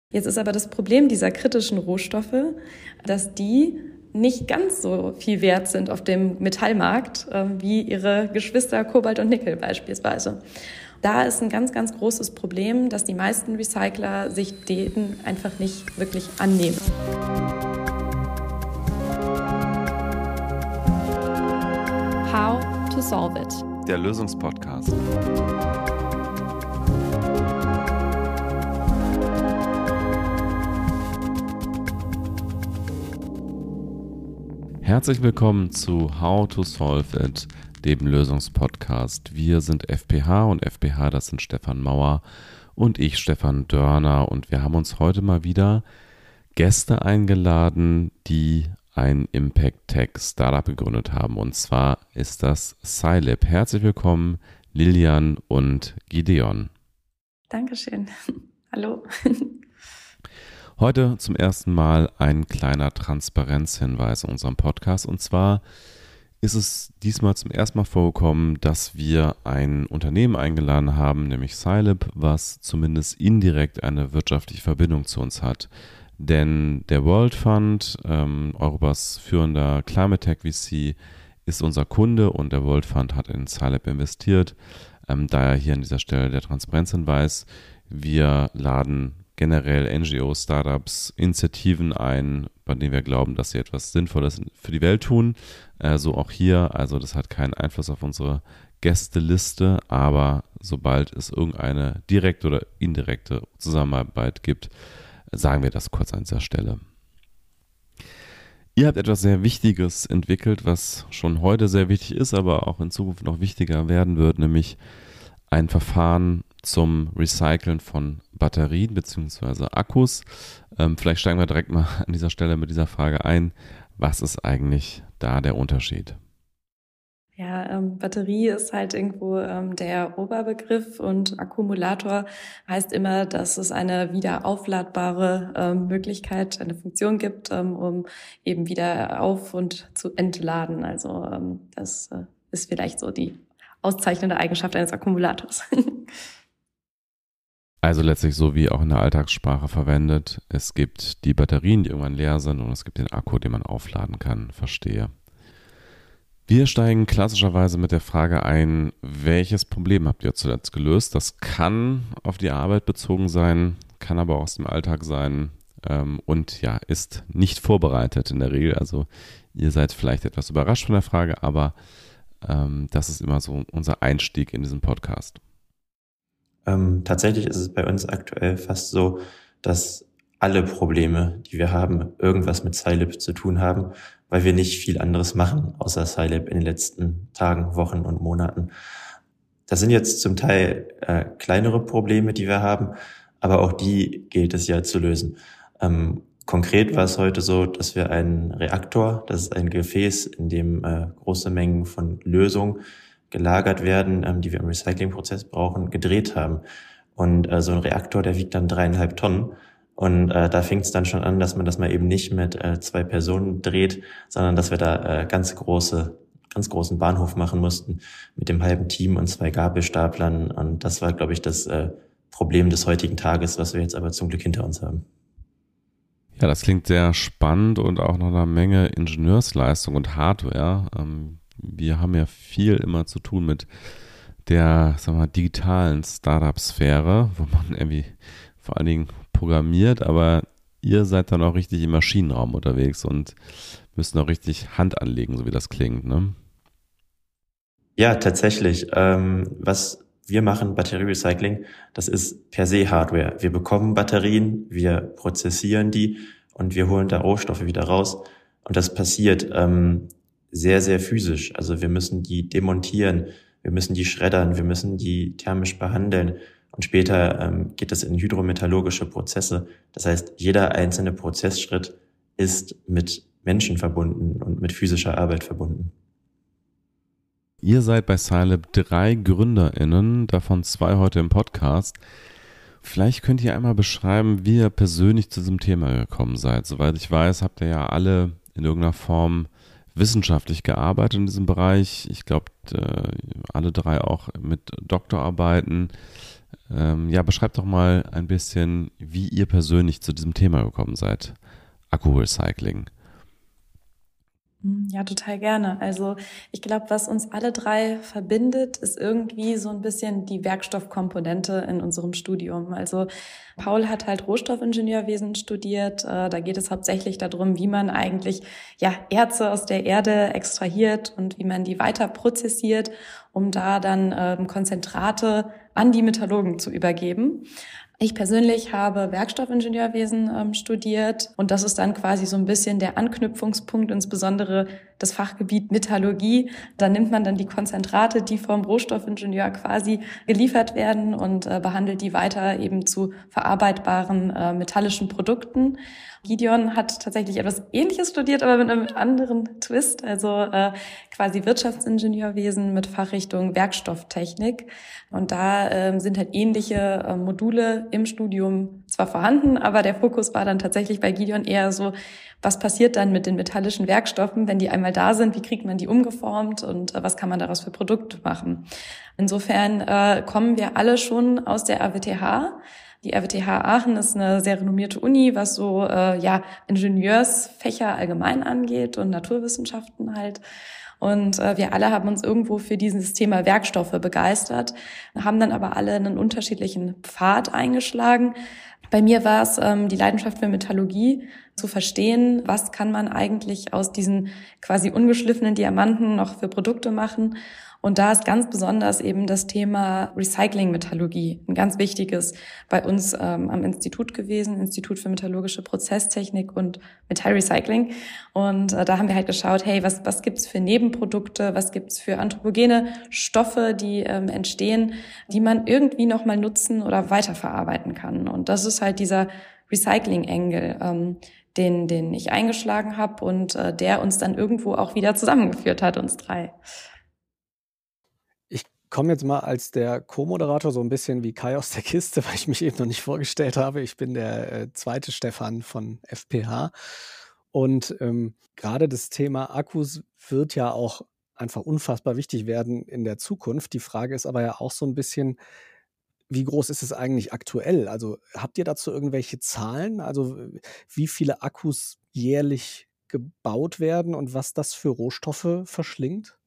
Jetzt ist aber das Problem dieser kritischen Rohstoffe, dass die nicht ganz so viel wert sind auf dem Metallmarkt wie ihre Geschwister Kobalt und Nickel beispielsweise. Da ist ein ganz, ganz großes Problem, dass die meisten Recycler sich denen einfach nicht wirklich annehmen. How to solve it. Der Lösungspodcast. Herzlich willkommen zu How to Solve It, dem Lösungspodcast. Wir sind FPH und FPH, das sind Stefan Mauer und ich, Stefan Dörner. Und wir haben uns heute mal wieder Gäste eingeladen, die ein Impact-Tech-Startup gegründet haben. Und zwar ist das Scilab. Herzlich willkommen, Lilian und Gideon. Dankeschön. Hallo. Heute zum ersten Mal ein kleiner Transparenzhinweis in unserem Podcast. Und zwar ist es diesmal zum ersten Mal vorgekommen, dass wir ein Unternehmen eingeladen haben, nämlich Scilab, was zumindest indirekt eine wirtschaftliche Verbindung zu uns hat. Denn der World Fund, Europas führender Climate Tech VC, ist unser Kunde und der World Fund hat in Scilab investiert. Daher hier an dieser Stelle der Transparenzhinweis. Wir laden generell NGOs, Startups, Initiativen ein, bei denen wir glauben, dass sie etwas Sinnvolles für die Welt tun. So auch hier, also das hat keinen Einfluss auf unsere Gästeliste, aber sobald es irgendeine direkte oder indirekte Zusammenarbeit gibt, sagen wir das kurz an dieser Stelle. Ihr habt etwas sehr Wichtiges entwickelt, was schon heute sehr wichtig ist, aber auch in Zukunft noch wichtiger werden wird, nämlich ein Verfahren zum Recyceln von Batterien bzw. Akkus. Vielleicht steigen wir direkt mal an dieser Stelle mit dieser Frage ein. Was ist eigentlich da der Unterschied? Ja, Batterie ist halt irgendwo der Oberbegriff und Akkumulator heißt immer, dass es eine wieder aufladbare Möglichkeit, eine Funktion gibt, um eben wieder auf- und zu entladen. Also das ist vielleicht so die auszeichnende Eigenschaft eines Akkumulators. Also letztlich so wie auch in der Alltagssprache verwendet. Es gibt die Batterien, die irgendwann leer sind und es gibt den Akku, den man aufladen kann. Verstehe. Wir steigen klassischerweise mit der Frage ein, welches Problem habt ihr zuletzt gelöst? Das kann auf die Arbeit bezogen sein, kann aber auch aus dem Alltag sein und ja, ist nicht vorbereitet in der Regel. Also ihr seid vielleicht etwas überrascht von der Frage, aber das ist immer so unser Einstieg in diesen Podcast. Tatsächlich ist es bei uns aktuell fast so, dass alle Probleme, die wir haben, irgendwas mit Scilab zu tun haben, weil wir nicht viel anderes machen, außer Scilab in den letzten Tagen, Wochen und Monaten. Das sind jetzt zum Teil kleinere Probleme, die wir haben, aber auch die gilt es ja zu lösen. Konkret war es heute so, dass wir einen Reaktor, das ist ein Gefäß, in dem große Mengen von Lösung gelagert werden, die wir im Recyclingprozess brauchen, gedreht haben. Und so ein Reaktor, der wiegt dann 3,5 Tonnen. Und da fängt es dann schon an, dass man das mal eben nicht mit 2 Personen dreht, sondern dass wir da ganz großen Bahnhof machen mussten mit dem halben Team und 2 Gabelstaplern. Und das war, glaube ich, das Problem des heutigen Tages, was wir jetzt aber zum Glück hinter uns haben. Ja, das klingt sehr spannend und auch noch eine Menge Ingenieursleistung und Hardware. Wir haben ja viel immer zu tun mit der, sagen wir mal, digitalen Startup-Sphäre, wo man irgendwie vor allen Dingen programmiert, aber ihr seid dann auch richtig im Maschinenraum unterwegs und müsst auch richtig Hand anlegen, so wie das klingt, ne? Ja, tatsächlich. Was wir machen, Batterierecycling, das ist per se Hardware. Wir bekommen Batterien, wir prozessieren die und wir holen da Rohstoffe wieder raus. Und das passiert sehr, sehr physisch. Also wir müssen die demontieren, wir müssen die schreddern, wir müssen die thermisch behandeln und später geht es in hydrometallurgische Prozesse. Das heißt, jeder einzelne Prozessschritt ist mit Menschen verbunden und mit physischer Arbeit verbunden. Ihr seid bei Scilab 3 GründerInnen, davon 2 heute im Podcast. Vielleicht könnt ihr einmal beschreiben, wie ihr persönlich zu diesem Thema gekommen seid. Soweit ich weiß, habt ihr ja alle in irgendeiner Form wissenschaftlich gearbeitet in diesem Bereich. Ich glaube, alle 3 auch mit Doktorarbeiten. Beschreibt doch mal ein bisschen, wie ihr persönlich zu diesem Thema gekommen seid. Akkurecycling. Ja, total gerne. Also ich glaube, was uns alle drei verbindet, ist irgendwie so ein bisschen die Werkstoffkomponente in unserem Studium. Also Paul hat halt Rohstoffingenieurwesen studiert. Da geht es hauptsächlich darum, wie man eigentlich Erze aus der Erde extrahiert und wie man die weiter prozessiert, um da dann Konzentrate an die Metallurgen zu übergeben. Ich persönlich habe Werkstoffingenieurwesen studiert und das ist dann quasi so ein bisschen der Anknüpfungspunkt, insbesondere das Fachgebiet Metallurgie. Da nimmt man dann die Konzentrate, die vom Rohstoffingenieur quasi geliefert werden und behandelt die weiter eben zu verarbeitbaren metallischen Produkten. Gideon hat tatsächlich etwas Ähnliches studiert, aber mit einem anderen Twist, also quasi Wirtschaftsingenieurwesen mit Fachrichtung Werkstofftechnik. Und da sind halt ähnliche Module im Studium zwar vorhanden, aber der Fokus war dann tatsächlich bei Gideon eher so, was passiert dann mit den metallischen Werkstoffen, wenn die einmal da sind, wie kriegt man die umgeformt und was kann man daraus für Produkte machen. Insofern kommen wir alle schon aus der RWTH. Die RWTH Aachen ist eine sehr renommierte Uni, was so Ingenieursfächer allgemein angeht und Naturwissenschaften halt. Und wir alle haben uns irgendwo für dieses Thema Werkstoffe begeistert, haben dann aber alle einen unterschiedlichen Pfad eingeschlagen. Bei mir war es die Leidenschaft für Metallurgie, zu verstehen, was kann man eigentlich aus diesen quasi ungeschliffenen Diamanten noch für Produkte machen. Und da ist ganz besonders eben das Thema Recycling-Metallurgie ein ganz wichtiges bei uns am Institut gewesen, Institut für metallurgische Prozesstechnik und Metallrecycling. Und da haben wir halt geschaut, hey, was gibt's für Nebenprodukte, was gibt's für anthropogene Stoffe, die entstehen, die man irgendwie nochmal nutzen oder weiterverarbeiten kann. Und das ist halt dieser Recycling-Engel, den ich eingeschlagen habe und der uns dann irgendwo auch wieder zusammengeführt hat, uns drei. Ich komme jetzt mal als der Co-Moderator so ein bisschen wie Kai aus der Kiste, weil ich mich eben noch nicht vorgestellt habe. Ich bin der zweite Stefan von FPH. Und gerade das Thema Akkus wird ja auch einfach unfassbar wichtig werden in der Zukunft. Die Frage ist aber ja auch so ein bisschen, wie groß ist es eigentlich aktuell? Also habt ihr dazu irgendwelche Zahlen? Also wie viele Akkus jährlich gebaut werden und was das für Rohstoffe verschlingt?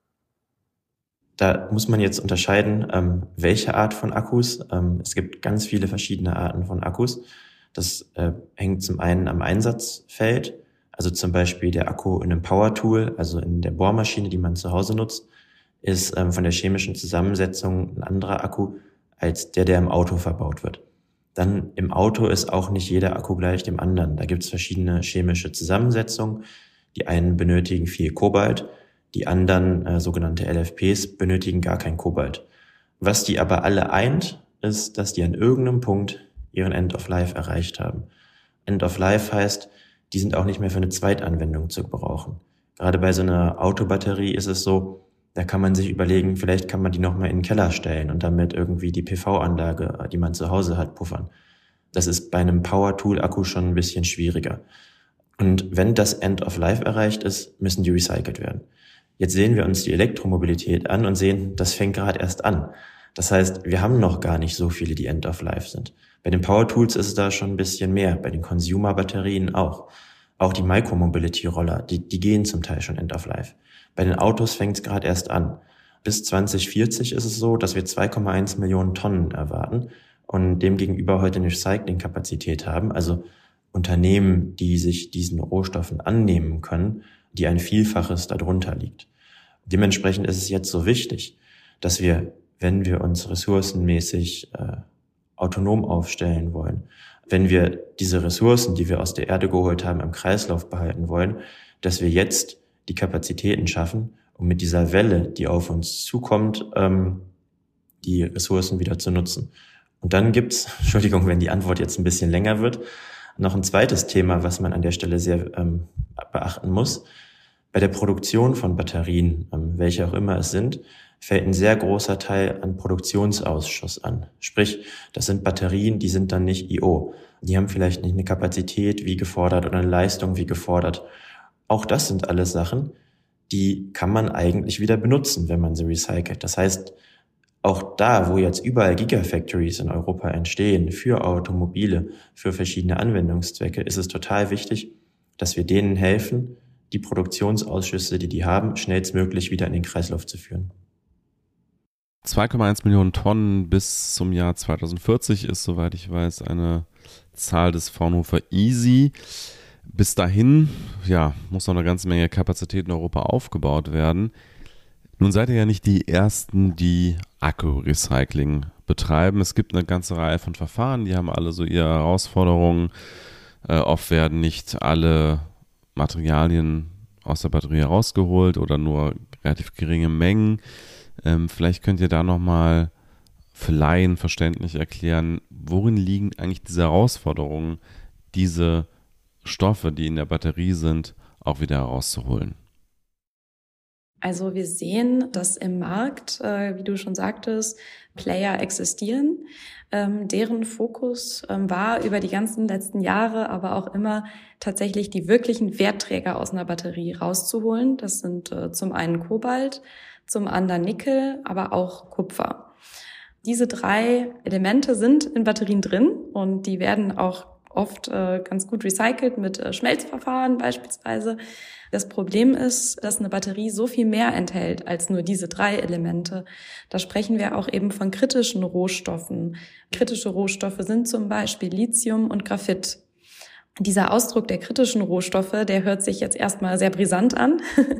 Da muss man jetzt unterscheiden, welche Art von Akkus. Es gibt ganz viele verschiedene Arten von Akkus. Das hängt zum einen am Einsatzfeld, also zum Beispiel der Akku in einem Power-Tool, also in der Bohrmaschine, die man zu Hause nutzt, ist von der chemischen Zusammensetzung ein anderer Akku als der im Auto verbaut wird. Dann im Auto ist auch nicht jeder Akku gleich dem anderen. Da gibt es verschiedene chemische Zusammensetzungen. Die einen benötigen viel Kobalt, die anderen, sogenannte LFPs, benötigen gar kein Kobalt. Was die aber alle eint, ist, dass die an irgendeinem Punkt ihren End of Life erreicht haben. End of Life heißt, die sind auch nicht mehr für eine Zweitanwendung zu gebrauchen. Gerade bei so einer Autobatterie ist es so, da kann man sich überlegen, vielleicht kann man die nochmal in den Keller stellen und damit irgendwie die PV-Anlage, die man zu Hause hat, puffern. Das ist bei einem Power-Tool-Akku schon ein bisschen schwieriger. Und wenn das End of Life erreicht ist, müssen die recycelt werden. Jetzt sehen wir uns die Elektromobilität an und sehen, das fängt gerade erst an. Das heißt, wir haben noch gar nicht so viele, die End of Life sind. Bei den Power Tools ist es da schon ein bisschen mehr, bei den Consumer-Batterien auch. Auch die Micromobility-Roller, die gehen zum Teil schon End of Life. Bei den Autos fängt es gerade erst an. Bis 2040 ist es so, dass wir 2,1 Millionen Tonnen erwarten und demgegenüber heute eine Recyclingkapazität haben, also Unternehmen, die sich diesen Rohstoffen annehmen können, die ein Vielfaches darunter liegt. Dementsprechend ist es jetzt so wichtig, dass wir, wenn wir uns ressourcenmäßig autonom aufstellen wollen, wenn wir diese Ressourcen, die wir aus der Erde geholt haben, im Kreislauf behalten wollen, dass wir jetzt die Kapazitäten schaffen, um mit dieser Welle, die auf uns zukommt, die Ressourcen wieder zu nutzen. Und dann gibt's, Entschuldigung, wenn die Antwort jetzt ein bisschen länger wird, noch ein zweites Thema, was man an der Stelle sehr beachten muss. Bei der Produktion von Batterien, welche auch immer es sind, fällt ein sehr großer Teil an Produktionsausschuss an. Sprich, das sind Batterien, die sind dann nicht IO. Die haben vielleicht nicht eine Kapazität wie gefordert oder eine Leistung wie gefordert. Auch das sind alles Sachen, die kann man eigentlich wieder benutzen, wenn man sie recycelt. Das heißt, auch da, wo jetzt überall Gigafactories in Europa entstehen für Automobile, für verschiedene Anwendungszwecke, ist es total wichtig, dass wir denen helfen, die Produktionsausschüsse, die haben, schnellstmöglich wieder in den Kreislauf zu führen. 2,1 Millionen Tonnen bis zum Jahr 2040 ist, soweit ich weiß, eine Zahl des Fraunhofer EASY. Bis dahin, muss noch eine ganze Menge Kapazität in Europa aufgebaut werden. Nun seid ihr ja nicht die Ersten, die Akku-Recycling betreiben. Es gibt eine ganze Reihe von Verfahren, die haben alle so ihre Herausforderungen. Oft werden nicht alle Materialien aus der Batterie herausgeholt oder nur relativ geringe Mengen. Vielleicht könnt ihr da nochmal für Laien verständlich erklären, worin liegen eigentlich diese Herausforderungen, diese Stoffe, die in der Batterie sind, auch wieder herauszuholen? Also wir sehen, dass im Markt, wie du schon sagtest, Player existieren. Deren Fokus war über die ganzen letzten Jahre aber auch immer tatsächlich die wirklichen Wertträger aus einer Batterie rauszuholen. Das sind zum einen Kobalt, zum anderen Nickel, aber auch Kupfer. Diese 3 Elemente sind in Batterien drin und die werden auch oft ganz gut recycelt mit Schmelzverfahren beispielsweise. Das Problem ist, dass eine Batterie so viel mehr enthält als nur diese 3 Elemente. Da sprechen wir auch eben von kritischen Rohstoffen. Kritische Rohstoffe sind zum Beispiel Lithium und Graphit. Dieser Ausdruck der kritischen Rohstoffe, der hört sich jetzt erstmal sehr brisant an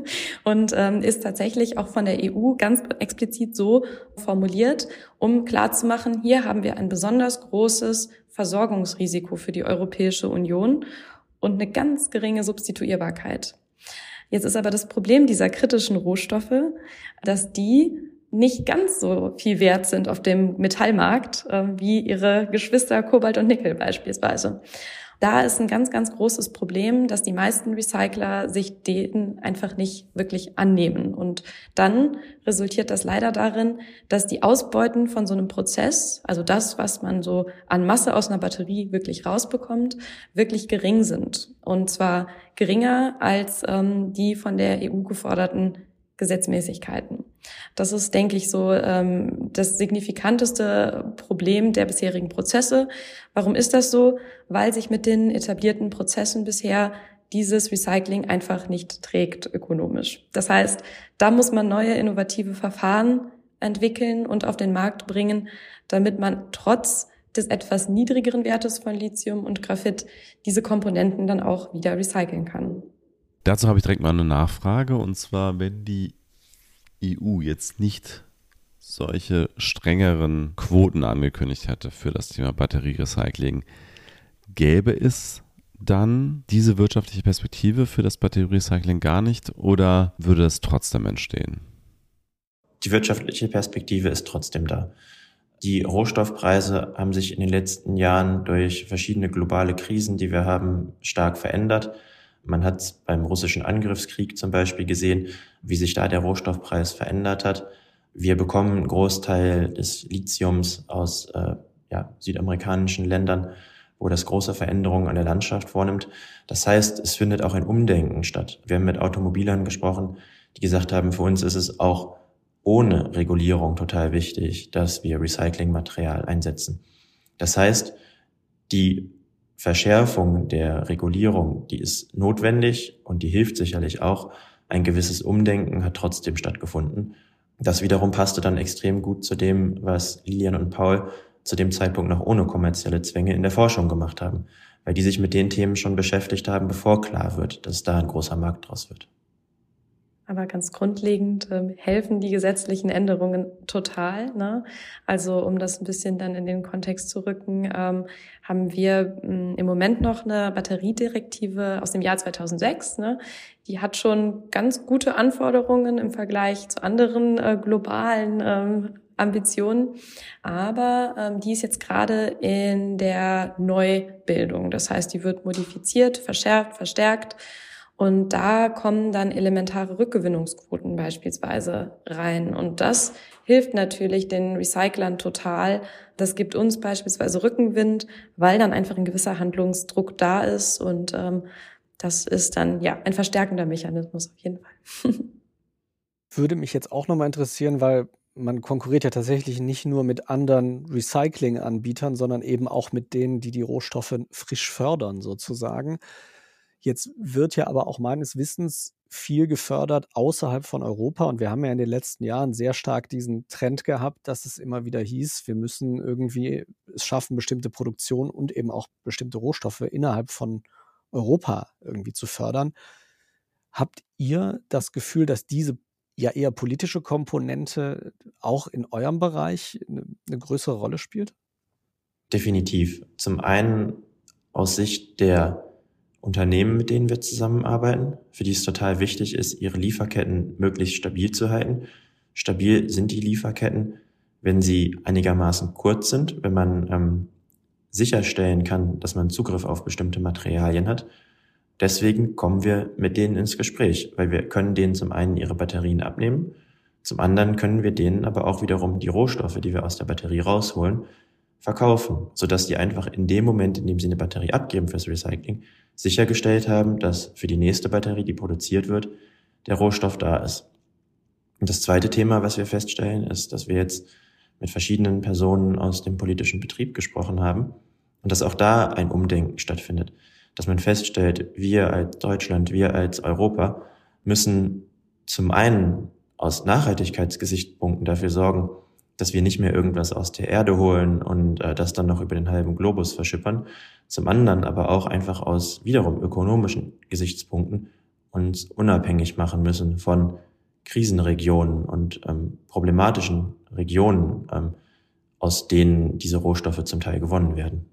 und ist tatsächlich auch von der EU ganz explizit so formuliert, um klarzumachen, hier haben wir ein besonders großes Versorgungsrisiko für die Europäische Union und eine ganz geringe Substituierbarkeit. Jetzt ist aber das Problem dieser kritischen Rohstoffe, dass die nicht ganz so viel wert sind auf dem Metallmarkt wie ihre Geschwister Kobalt und Nickel beispielsweise. Da ist ein ganz, ganz großes Problem, dass die meisten Recycler sich denen einfach nicht wirklich annehmen. Und dann resultiert das leider darin, dass die Ausbeuten von so einem Prozess, also das, was man so an Masse aus einer Batterie wirklich rausbekommt, wirklich gering sind. Und zwar geringer als die von der EU geforderten Gesetzmäßigkeiten. Das ist, denke ich, so das signifikanteste Problem der bisherigen Prozesse. Warum ist das so? Weil sich mit den etablierten Prozessen bisher dieses Recycling einfach nicht trägt ökonomisch. Das heißt, da muss man neue innovative Verfahren entwickeln und auf den Markt bringen, damit man trotz des etwas niedrigeren Wertes von Lithium und Graphit diese Komponenten dann auch wieder recyceln kann. Dazu habe ich direkt mal eine Nachfrage, und zwar, wenn die EU jetzt nicht solche strengeren Quoten angekündigt hätte für das Thema Batterierecycling, gäbe es dann diese wirtschaftliche Perspektive für das Batterierecycling gar nicht oder würde es trotzdem entstehen? Die wirtschaftliche Perspektive ist trotzdem da. Die Rohstoffpreise haben sich in den letzten Jahren durch verschiedene globale Krisen, die wir haben, stark verändert. Man hat beim russischen Angriffskrieg zum Beispiel gesehen, wie sich da der Rohstoffpreis verändert hat. Wir bekommen einen Großteil des Lithiums aus südamerikanischen Ländern, wo das große Veränderungen an der Landschaft vornimmt. Das heißt, es findet auch ein Umdenken statt. Wir haben mit Automobilern gesprochen, die gesagt haben, für uns ist es auch ohne Regulierung total wichtig, dass wir Recyclingmaterial einsetzen. Das heißt, die Verschärfung der Regulierung, die ist notwendig und die hilft sicherlich auch. Ein gewisses Umdenken hat trotzdem stattgefunden. Das wiederum passte dann extrem gut zu dem, was Lilian und Paul zu dem Zeitpunkt noch ohne kommerzielle Zwänge in der Forschung gemacht haben, weil die sich mit den Themen schon beschäftigt haben, bevor klar wird, dass da ein großer Markt draus wird. Aber ganz grundlegend helfen die gesetzlichen Änderungen total, ne? Also um das ein bisschen dann in den Kontext zu rücken, haben wir im Moment noch eine Batteriedirektive aus dem Jahr 2006. Ne? Die hat schon ganz gute Anforderungen im Vergleich zu anderen globalen Ambitionen, aber die ist jetzt gerade in der Neubildung. Das heißt, die wird modifiziert, verschärft, verstärkt. Und da kommen dann elementare Rückgewinnungsquoten beispielsweise rein. Und das hilft natürlich den Recyclern total. Das gibt uns beispielsweise Rückenwind, weil dann einfach ein gewisser Handlungsdruck da ist. Und das ist dann ein verstärkender Mechanismus auf jeden Fall. Würde mich jetzt auch nochmal interessieren, weil man konkurriert ja tatsächlich nicht nur mit anderen Recycling-Anbietern, sondern eben auch mit denen, die die Rohstoffe frisch fördern sozusagen. Jetzt wird ja aber auch meines Wissens viel gefördert außerhalb von Europa. Und wir haben ja in den letzten Jahren sehr stark diesen Trend gehabt, dass es immer wieder hieß, wir müssen irgendwie es schaffen, bestimmte Produktion und eben auch bestimmte Rohstoffe innerhalb von Europa irgendwie zu fördern. Habt ihr das Gefühl, dass diese ja eher politische Komponente auch in eurem Bereich eine größere Rolle spielt? Definitiv. Zum einen aus Sicht der Unternehmen, mit denen wir zusammenarbeiten, für die es total wichtig ist, ihre Lieferketten möglichst stabil zu halten. Stabil sind die Lieferketten, wenn sie einigermaßen kurz sind, wenn man sicherstellen kann, dass man Zugriff auf bestimmte Materialien hat. Deswegen kommen wir mit denen ins Gespräch, weil wir können denen zum einen ihre Batterien abnehmen, zum anderen können wir denen aber auch wiederum die Rohstoffe, die wir aus der Batterie rausholen, verkaufen, sodass die einfach in dem Moment, in dem sie eine Batterie abgeben fürs Recycling, sichergestellt haben, dass für die nächste Batterie, die produziert wird, der Rohstoff da ist. Und das zweite Thema, was wir feststellen, ist, dass wir jetzt mit verschiedenen Personen aus dem politischen Betrieb gesprochen haben und dass auch da ein Umdenken stattfindet. Dass man feststellt, wir als Deutschland, wir als Europa müssen zum einen aus Nachhaltigkeitsgesichtspunkten dafür sorgen, dass wir nicht mehr irgendwas aus der Erde holen und das dann noch über den halben Globus verschippern. Zum anderen aber auch einfach aus wiederum ökonomischen Gesichtspunkten uns unabhängig machen müssen von Krisenregionen und problematischen Regionen, aus denen diese Rohstoffe zum Teil gewonnen werden.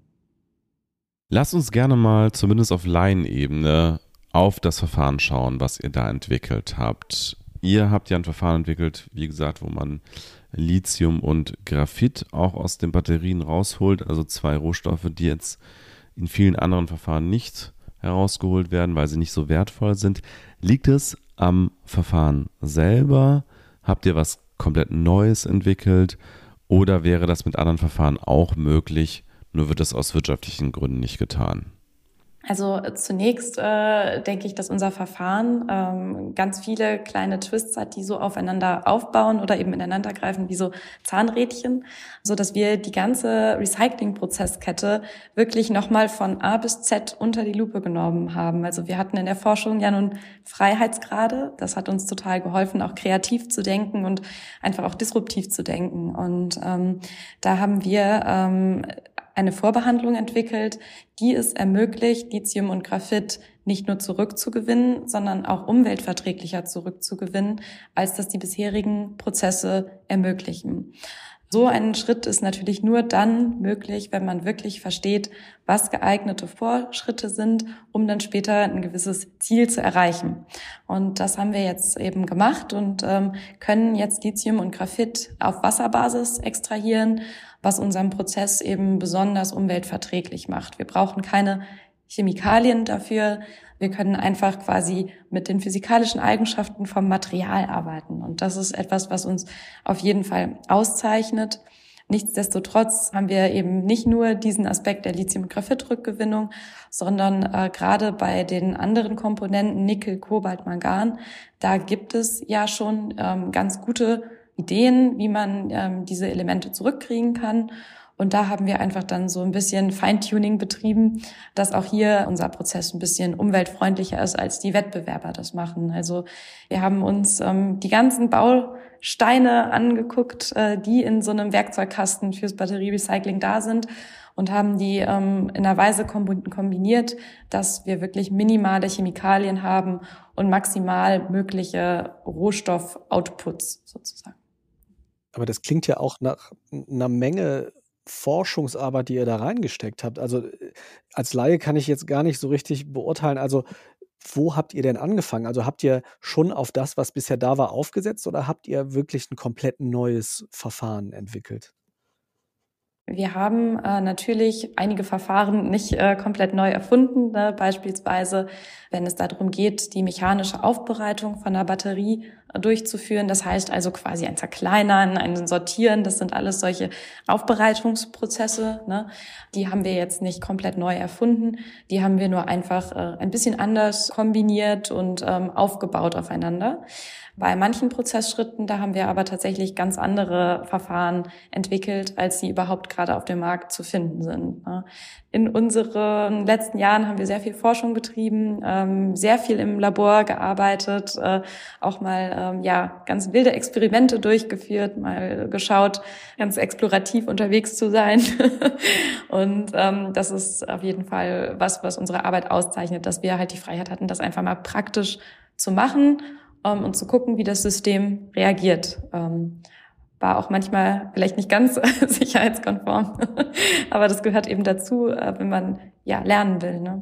Lass uns gerne mal zumindest auf Laienebene auf das Verfahren schauen, was ihr da entwickelt habt. Ihr habt ja ein Verfahren entwickelt, wie gesagt, wo man Lithium und Graphit auch aus den Batterien rausholt, also zwei Rohstoffe, die jetzt in vielen anderen Verfahren nicht herausgeholt werden, weil sie nicht so wertvoll sind. Liegt es am Verfahren selber? Habt ihr was komplett Neues entwickelt? Oder wäre das mit anderen Verfahren auch möglich, nur wird es aus wirtschaftlichen Gründen nicht getan? Also zunächst denke ich, dass unser Verfahren ganz viele kleine Twists hat, die so aufeinander aufbauen oder eben ineinander greifen wie so Zahnrädchen, so dass wir die ganze Recycling-Prozesskette wirklich nochmal von A bis Z unter die Lupe genommen haben. Also wir hatten in der Forschung ja nun Freiheitsgrade. Das hat uns total geholfen, auch kreativ zu denken und einfach auch disruptiv zu denken. Und da haben wir eine Vorbehandlung entwickelt, die es ermöglicht, Lithium und Graphit nicht nur zurückzugewinnen, sondern auch umweltverträglicher zurückzugewinnen, als das die bisherigen Prozesse ermöglichen. So ein Schritt ist natürlich nur dann möglich, wenn man wirklich versteht, was geeignete Vorschritte sind, um dann später ein gewisses Ziel zu erreichen. Und das haben wir jetzt eben gemacht und können jetzt Lithium und Graphit auf Wasserbasis extrahieren, was unseren Prozess eben besonders umweltverträglich macht. Wir brauchen keine Chemikalien dafür. Wir können einfach quasi mit den physikalischen Eigenschaften vom Material arbeiten. Und das ist etwas, was uns auf jeden Fall auszeichnet. Nichtsdestotrotz haben wir eben nicht nur diesen Aspekt der Lithium- und Graphit-Rückgewinnung, sondern gerade bei den anderen Komponenten Nickel, Kobalt, Mangan, da gibt es ja schon ganz gute Ideen, wie man diese Elemente zurückkriegen kann. Und da haben wir einfach dann so ein bisschen Feintuning betrieben, dass auch hier unser Prozess ein bisschen umweltfreundlicher ist, als die Wettbewerber das machen. Also wir haben uns die ganzen Bausteine angeguckt, die in so einem Werkzeugkasten fürs Batterierecycling da sind und haben die in einer Weise kombiniert, dass wir wirklich minimale Chemikalien haben und maximal mögliche Rohstoff-Outputs sozusagen. Aber das klingt ja auch nach einer Menge Forschungsarbeit, die ihr da reingesteckt habt. Also als Laie kann ich jetzt gar nicht so richtig beurteilen. Also wo habt ihr denn angefangen? Also habt ihr schon auf das, was bisher da war, aufgesetzt oder habt ihr wirklich ein komplett neues Verfahren entwickelt? Wir haben natürlich einige Verfahren nicht komplett neu erfunden, ne? Beispielsweise, wenn es darum geht, die mechanische Aufbereitung von einer Batterie durchzuführen. Das heißt also quasi ein Zerkleinern, ein Sortieren, das sind alles solche Aufbereitungsprozesse, ne? Die haben wir jetzt nicht komplett neu erfunden, die haben wir nur einfach ein bisschen anders kombiniert und aufgebaut aufeinander. Bei manchen Prozessschritten, da haben wir aber tatsächlich ganz andere Verfahren entwickelt, als sie überhaupt gerade auf dem Markt zu finden sind. In unseren letzten Jahren haben wir sehr viel Forschung betrieben, sehr viel im Labor gearbeitet, auch mal ganz wilde Experimente durchgeführt, mal geschaut, ganz explorativ unterwegs zu sein. Und das ist auf jeden Fall was unsere Arbeit auszeichnet, dass wir halt die Freiheit hatten, das einfach mal praktisch zu machen und zu gucken, wie das System reagiert. War auch manchmal vielleicht nicht ganz sicherheitskonform, aber das gehört eben dazu, wenn man lernen will, ne?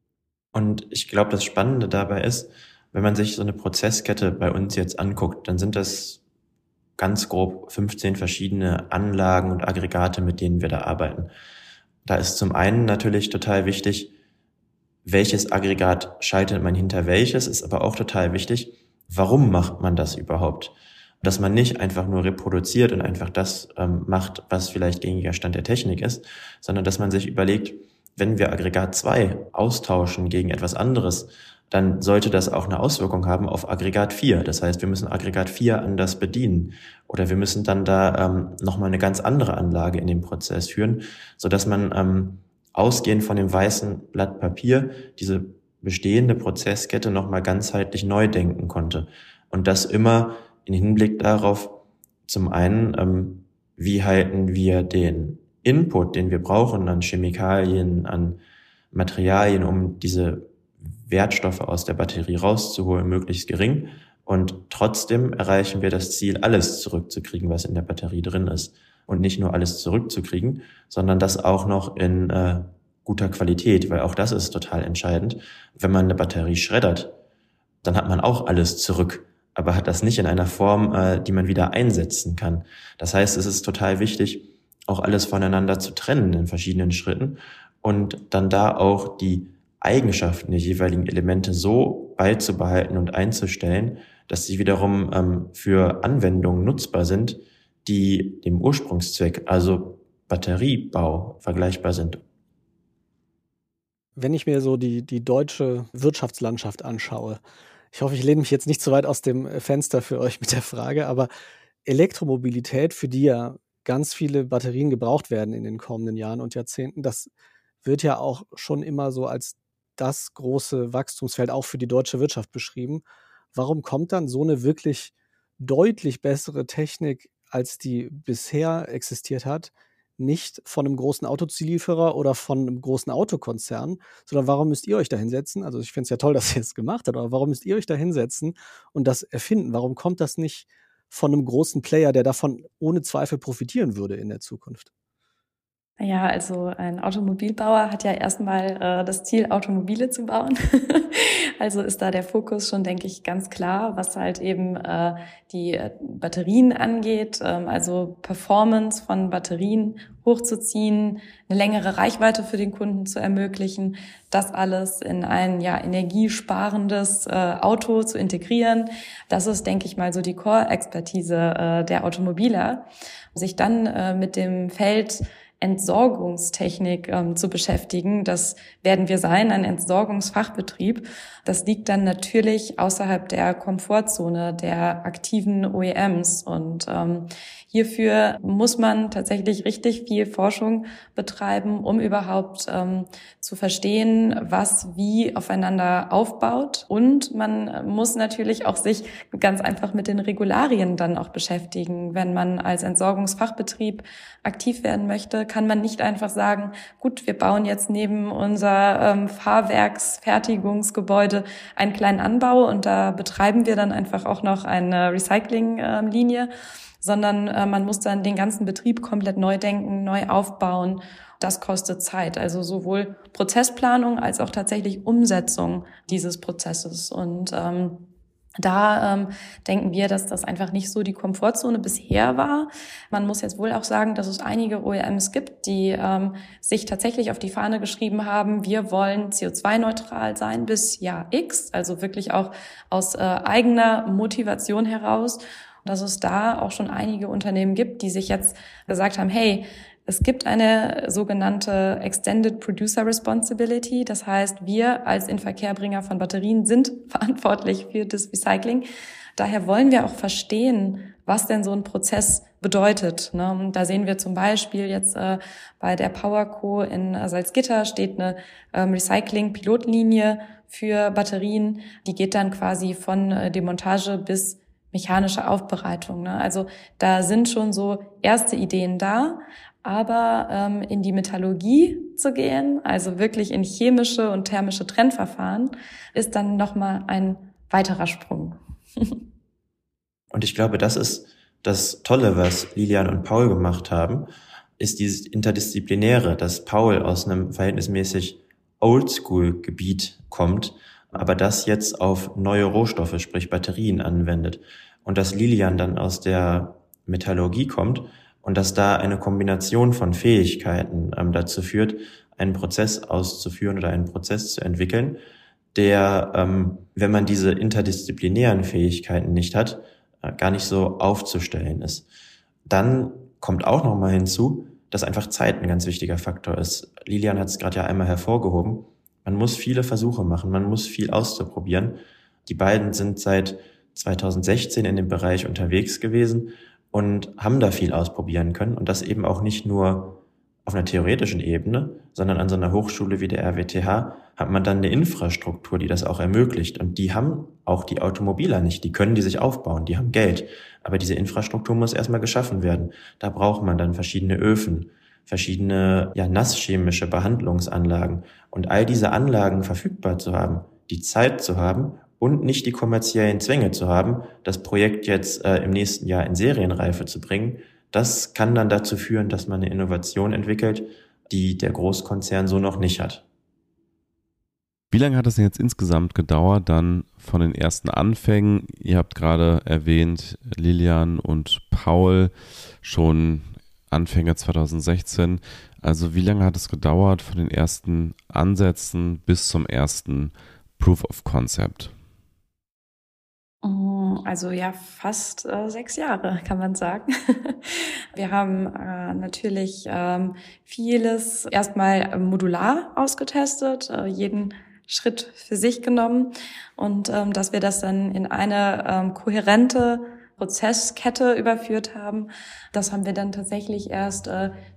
Und ich glaube, das Spannende dabei ist, wenn man sich so eine Prozesskette bei uns jetzt anguckt, dann sind das ganz grob 15 verschiedene Anlagen und Aggregate, mit denen wir da arbeiten. Da ist zum einen natürlich total wichtig, welches Aggregat schaltet man hinter welches, ist aber auch total wichtig, warum macht man das überhaupt? Dass man nicht einfach nur reproduziert und einfach das macht, was vielleicht gängiger Stand der Technik ist, sondern dass man sich überlegt, wenn wir Aggregat 2 austauschen gegen etwas anderes, dann sollte das auch eine Auswirkung haben auf Aggregat 4. Das heißt, wir müssen Aggregat 4 anders bedienen oder wir müssen dann da nochmal eine ganz andere Anlage in den Prozess führen, sodass man ausgehend von dem weißen Blatt Papier diese bestehende Prozesskette nochmal ganzheitlich neu denken konnte. Und das immer in Hinblick darauf, zum einen, wie halten wir den Input, den wir brauchen an Chemikalien, an Materialien, um diese Wertstoffe aus der Batterie rauszuholen, möglichst gering. Und trotzdem erreichen wir das Ziel, alles zurückzukriegen, was in der Batterie drin ist. Und nicht nur alles zurückzukriegen, sondern das auch noch in guter Qualität, weil auch das ist total entscheidend. Wenn man eine Batterie schreddert, dann hat man auch alles zurück, aber hat das nicht in einer Form, die man wieder einsetzen kann. Das heißt, es ist total wichtig, auch alles voneinander zu trennen in verschiedenen Schritten und dann da auch die Eigenschaften der jeweiligen Elemente so beizubehalten und einzustellen, dass sie wiederum für Anwendungen nutzbar sind, die dem Ursprungszweck, also Batteriebau, vergleichbar sind. Wenn ich mir so die deutsche Wirtschaftslandschaft anschaue, ich hoffe, ich lehne mich jetzt nicht zu weit aus dem Fenster für euch mit der Frage, aber Elektromobilität, für die ja ganz viele Batterien gebraucht werden in den kommenden Jahren und Jahrzehnten, das wird ja auch schon immer so als das große Wachstumsfeld auch für die deutsche Wirtschaft beschrieben. Warum kommt dann so eine wirklich deutlich bessere Technik, als die bisher existiert hat, nicht von einem großen Autozulieferer oder von einem großen Autokonzern, sondern warum müsst ihr euch da hinsetzen? Also ich finde es ja toll, dass ihr es gemacht habt, aber warum müsst ihr euch da hinsetzen und das erfinden? Warum kommt das nicht von einem großen Player, der davon ohne Zweifel profitieren würde in der Zukunft? Ja, also ein Automobilbauer hat ja erstmal das Ziel, Automobile zu bauen. Also ist da der Fokus schon, denke ich, ganz klar, was halt eben die Batterien angeht, also Performance von Batterien hochzuziehen, eine längere Reichweite für den Kunden zu ermöglichen, das alles in ein energiesparendes Auto zu integrieren. Das ist, denke ich mal, so die Core-Expertise der Automobiler. Sich dann mit dem Feld Entsorgungstechnik zu beschäftigen. Das werden wir sein, ein Entsorgungsfachbetrieb. Das liegt dann natürlich außerhalb der Komfortzone der aktiven OEMs. Und hierfür muss man tatsächlich richtig viel Forschung betreiben, um überhaupt zu verstehen, was wie aufeinander aufbaut. Und man muss natürlich auch sich ganz einfach mit den Regularien dann auch beschäftigen. Wenn man als Entsorgungsfachbetrieb aktiv werden möchte, kann man nicht einfach sagen, gut, wir bauen jetzt neben unser Fahrwerksfertigungsgebäude einen kleinen Anbau und da betreiben wir dann einfach auch noch eine Recyclinglinie, sondern man muss dann den ganzen Betrieb komplett neu denken, neu aufbauen. Das kostet Zeit, also sowohl Prozessplanung als auch tatsächlich Umsetzung dieses Prozesses. Und Da denken wir, dass das einfach nicht so die Komfortzone bisher war. Man muss jetzt wohl auch sagen, dass es einige OEMs gibt, die sich tatsächlich auf die Fahne geschrieben haben, wir wollen CO2-neutral sein bis Jahr X, also wirklich auch aus eigener Motivation heraus. Dass es da auch schon einige Unternehmen gibt, die sich jetzt gesagt haben, hey, es gibt eine sogenannte Extended Producer Responsibility. Das heißt, wir als Inverkehrbringer von Batterien sind verantwortlich für das Recycling. Daher wollen wir auch verstehen, was denn so ein Prozess bedeutet. Und da sehen wir zum Beispiel jetzt bei der PowerCo in Salzgitter steht eine Recycling-Pilotlinie für Batterien. Die geht dann quasi von Demontage bis mechanische Aufbereitung. Also da sind schon so erste Ideen da. Aber in die Metallurgie zu gehen, also wirklich in chemische und thermische Trennverfahren, ist dann nochmal ein weiterer Sprung. Und ich glaube, das ist das Tolle, was Lilian und Paul gemacht haben, ist dieses Interdisziplinäre, dass Paul aus einem verhältnismäßig Oldschool-Gebiet kommt, aber das jetzt auf neue Rohstoffe, sprich Batterien, anwendet. Und dass Lilian dann aus der Metallurgie kommt und dass da eine Kombination von Fähigkeiten dazu führt, einen Prozess auszuführen oder einen Prozess zu entwickeln, der, wenn man diese interdisziplinären Fähigkeiten nicht hat, gar nicht so aufzustellen ist. Dann kommt auch nochmal hinzu, dass einfach Zeit ein ganz wichtiger Faktor ist. Lilian hat es gerade ja einmal hervorgehoben. Man muss viele Versuche machen, man muss viel auszuprobieren. Die beiden sind seit 2016 in dem Bereich unterwegs gewesen und haben da viel ausprobieren können. Und das eben auch nicht nur auf einer theoretischen Ebene, sondern an so einer Hochschule wie der RWTH hat man dann eine Infrastruktur, die das auch ermöglicht. Und die haben auch die Automobiler nicht. Die können die sich aufbauen, die haben Geld. Aber diese Infrastruktur muss erstmal geschaffen werden. Da braucht man dann verschiedene Öfen, verschiedene nasschemische Behandlungsanlagen. Und all diese Anlagen verfügbar zu haben, die Zeit zu haben und nicht die kommerziellen Zwänge zu haben, das Projekt jetzt im nächsten Jahr in Serienreife zu bringen, das kann dann dazu führen, dass man eine Innovation entwickelt, die der Großkonzern so noch nicht hat. Wie lange hat es denn jetzt insgesamt gedauert, dann von den ersten Anfängen? Ihr habt gerade erwähnt, Lilian und Paul, schon Anfänge 2016. Also wie lange hat es gedauert von den ersten Ansätzen bis zum ersten Proof of Concept? Also ja, fast 6 Jahre, kann man sagen. Wir haben natürlich vieles erstmal modular ausgetestet, jeden Schritt für sich genommen und dass wir das dann in eine kohärente Prozesskette überführt haben. Das haben wir dann tatsächlich erst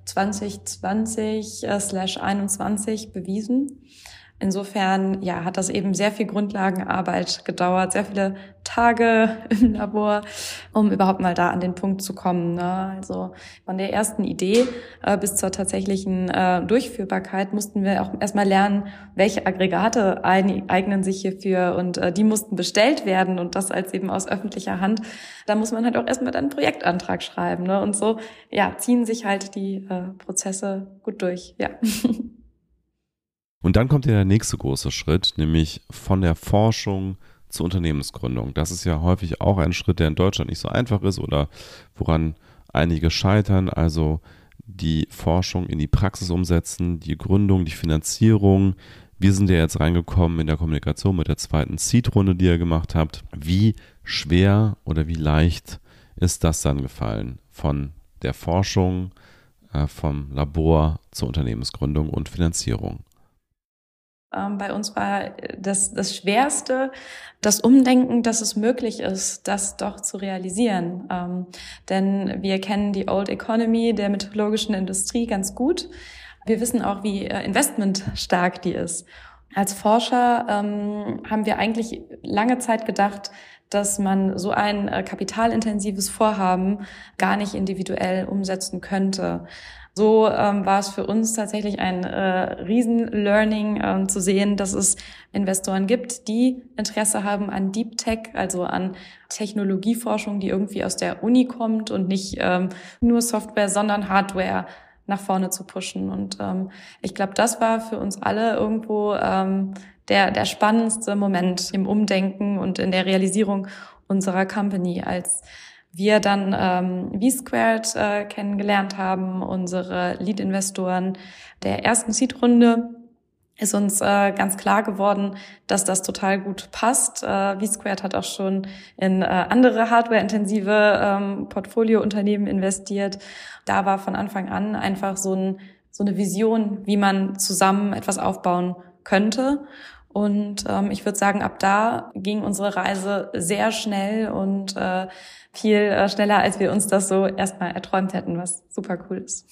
2020/21 bewiesen. Insofern, hat das eben sehr viel Grundlagenarbeit gedauert, sehr viele Tage im Labor, um überhaupt mal da an den Punkt zu kommen. Also von der ersten Idee bis zur tatsächlichen Durchführbarkeit mussten wir auch erstmal lernen, welche Aggregate eignen sich hierfür und die mussten bestellt werden und das als eben aus öffentlicher Hand. Da muss man halt auch erstmal dann einen Projektantrag schreiben. Und so ziehen sich halt die Prozesse gut durch. Ja. Und dann kommt ja der nächste große Schritt, nämlich von der Forschung zur Unternehmensgründung. Das ist ja häufig auch ein Schritt, der in Deutschland nicht so einfach ist oder woran einige scheitern. Also die Forschung in die Praxis umsetzen, die Gründung, die Finanzierung. Wir sind ja jetzt reingekommen in der Kommunikation mit der zweiten Seed-Runde, die ihr gemacht habt. Wie schwer oder wie leicht ist das dann gefallen? Von der Forschung, vom Labor zur Unternehmensgründung und Finanzierung. Bei uns war das Schwerste, das Umdenken, dass es möglich ist, das doch zu realisieren. Denn wir kennen die Old Economy der metallurgischen Industrie ganz gut. Wir wissen auch, wie investmentstark die ist. Als Forscher haben wir eigentlich lange Zeit gedacht, dass man so ein kapitalintensives Vorhaben gar nicht individuell umsetzen könnte. So war es für uns tatsächlich ein Riesen-Learning zu sehen, dass es Investoren gibt, die Interesse haben an Deep Tech, also an Technologieforschung, die irgendwie aus der Uni kommt und nicht nur Software, sondern Hardware nach vorne zu pushen. Und ich glaube, das war für uns alle irgendwo der spannendste Moment im Umdenken und in der Realisierung unserer Company, als wir dann V-Squared kennengelernt haben, unsere Lead-Investoren der ersten Seed-Runde, ist uns ganz klar geworden, dass das total gut passt. V-Squared hat auch schon in andere hardwareintensive Portfoliounternehmen investiert. Da war von Anfang an einfach so eine Vision, wie man zusammen etwas aufbauen könnte. Und ich würde sagen, ab da ging unsere Reise sehr schnell und viel schneller, als wir uns das so erstmal erträumt hätten, was super cool ist.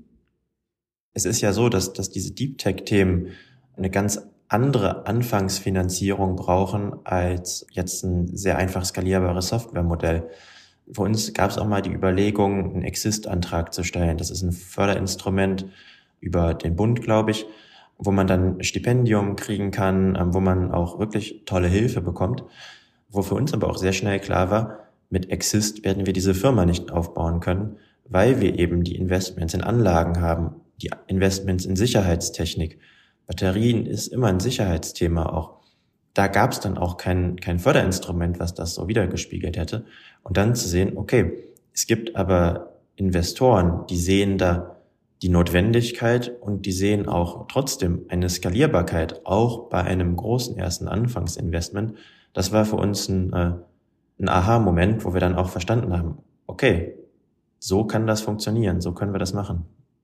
Es ist ja so, dass diese Deep Tech-Themen eine ganz andere Anfangsfinanzierung brauchen als jetzt ein sehr einfach skalierbares Softwaremodell. Für uns gab es auch mal die Überlegung, einen Exist-Antrag zu stellen. Das ist ein Förderinstrument über den Bund, glaube ich, wo man dann ein Stipendium kriegen kann, wo man auch wirklich tolle Hilfe bekommt. Wo für uns aber auch sehr schnell klar war, mit Exist werden wir diese Firma nicht aufbauen können, weil wir eben die Investments in Anlagen haben, die Investments in Sicherheitstechnik. Batterien ist immer ein Sicherheitsthema auch. Da gab es dann auch kein Förderinstrument, was das so wiedergespiegelt hätte. Und dann zu sehen, okay, es gibt aber Investoren, die sehen da die Notwendigkeit und die sehen auch trotzdem eine Skalierbarkeit, auch bei einem großen ersten Anfangsinvestment. Das war für uns ein Aha-Moment, wo wir dann auch verstanden haben, okay, so kann das funktionieren, so können wir das machen.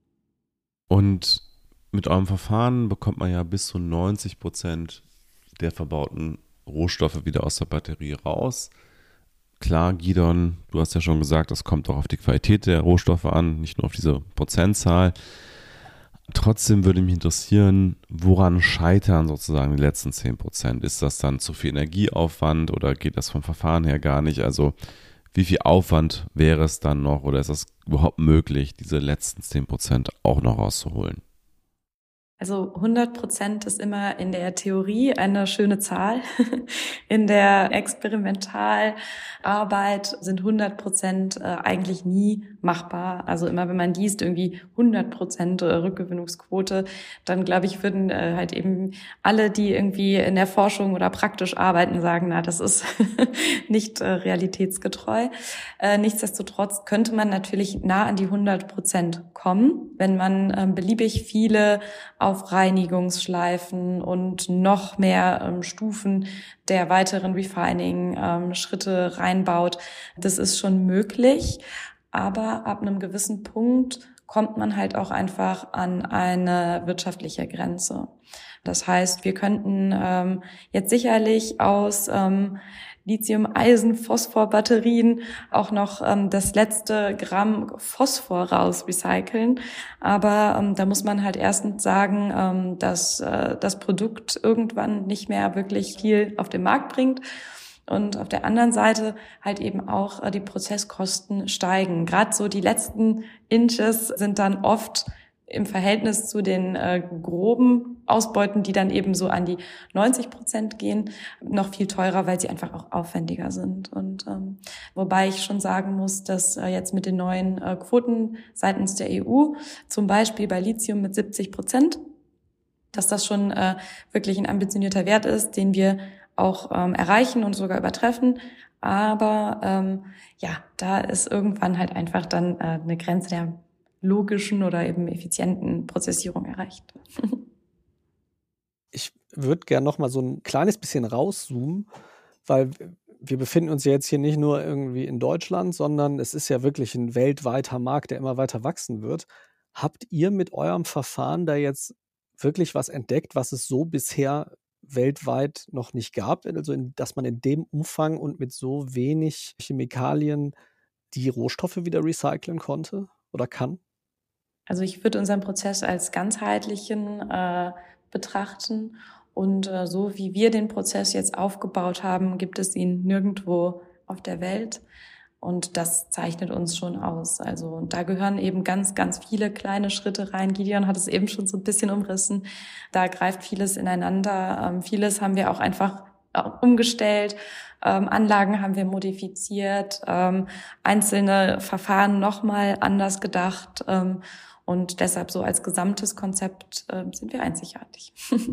Und mit eurem Verfahren bekommt man ja bis zu 90% der verbauten Rohstoffe wieder aus der Batterie raus. Klar, Gidon, du hast ja schon gesagt, das kommt auch auf die Qualität der Rohstoffe an, nicht nur auf diese Prozentzahl. Trotzdem würde mich interessieren, woran scheitern sozusagen die letzten 10%? Ist das dann zu viel Energieaufwand oder geht das vom Verfahren her gar nicht? Also wie viel Aufwand wäre es dann noch oder ist es überhaupt möglich, diese letzten 10% auch noch rauszuholen? Also 100% ist immer in der Theorie eine schöne Zahl. In der Experimentalarbeit sind 100% eigentlich nie machbar. Also immer wenn man liest, irgendwie 100% Rückgewinnungsquote, dann glaube ich, würden halt eben alle, die irgendwie in der Forschung oder praktisch arbeiten, sagen, na, das ist nicht realitätsgetreu. Nichtsdestotrotz könnte man natürlich nah an die 100% kommen, wenn man beliebig viele Aufreinigungsschleifen und noch mehr Stufen der weiteren Refining-Schritte reinbaut. Das ist schon möglich, aber ab einem gewissen Punkt kommt man halt auch einfach an eine wirtschaftliche Grenze. Das heißt, wir könnten jetzt sicherlich aus Lithium-Eisen-Phosphor-Batterien auch noch das letzte Gramm Phosphor raus recyceln. Aber da muss man halt erstens sagen, dass das Produkt irgendwann nicht mehr wirklich viel auf den Markt bringt. Und auf der anderen Seite halt eben auch die Prozesskosten steigen. Gerade so die letzten Inches sind dann oft im Verhältnis zu den groben Ausbeuten, die dann eben so an die 90% gehen, noch viel teurer, weil sie einfach auch aufwendiger sind. Und wobei ich schon sagen muss, dass jetzt mit den neuen Quoten seitens der EU, zum Beispiel bei Lithium mit 70%, dass das schon wirklich ein ambitionierter Wert ist, den wir auch erreichen und sogar übertreffen. Aber da ist irgendwann halt einfach dann eine Grenze der logischen oder eben effizienten Prozessierung erreicht. Ich würde gerne noch mal so ein kleines bisschen rauszoomen, weil wir befinden uns ja jetzt hier nicht nur irgendwie in Deutschland, sondern es ist ja wirklich ein weltweiter Markt, der immer weiter wachsen wird. Habt ihr mit eurem Verfahren da jetzt wirklich was entdeckt, was es so bisher weltweit noch nicht gab? Also, dass man in dem Umfang und mit so wenig Chemikalien die Rohstoffe wieder recyceln konnte oder kann? Also ich würde unseren Prozess als ganzheitlichen betrachten und so wie wir den Prozess jetzt aufgebaut haben, gibt es ihn nirgendwo auf der Welt und das zeichnet uns schon aus. Also und da gehören eben ganz, ganz viele kleine Schritte rein. Gideon hat es eben schon so ein bisschen umrissen. Da greift vieles ineinander. Vieles haben wir auch einfach umgestellt. Anlagen haben wir modifiziert, einzelne Verfahren nochmal anders gedacht. Und deshalb so als gesamtes Konzept sind wir einzigartig.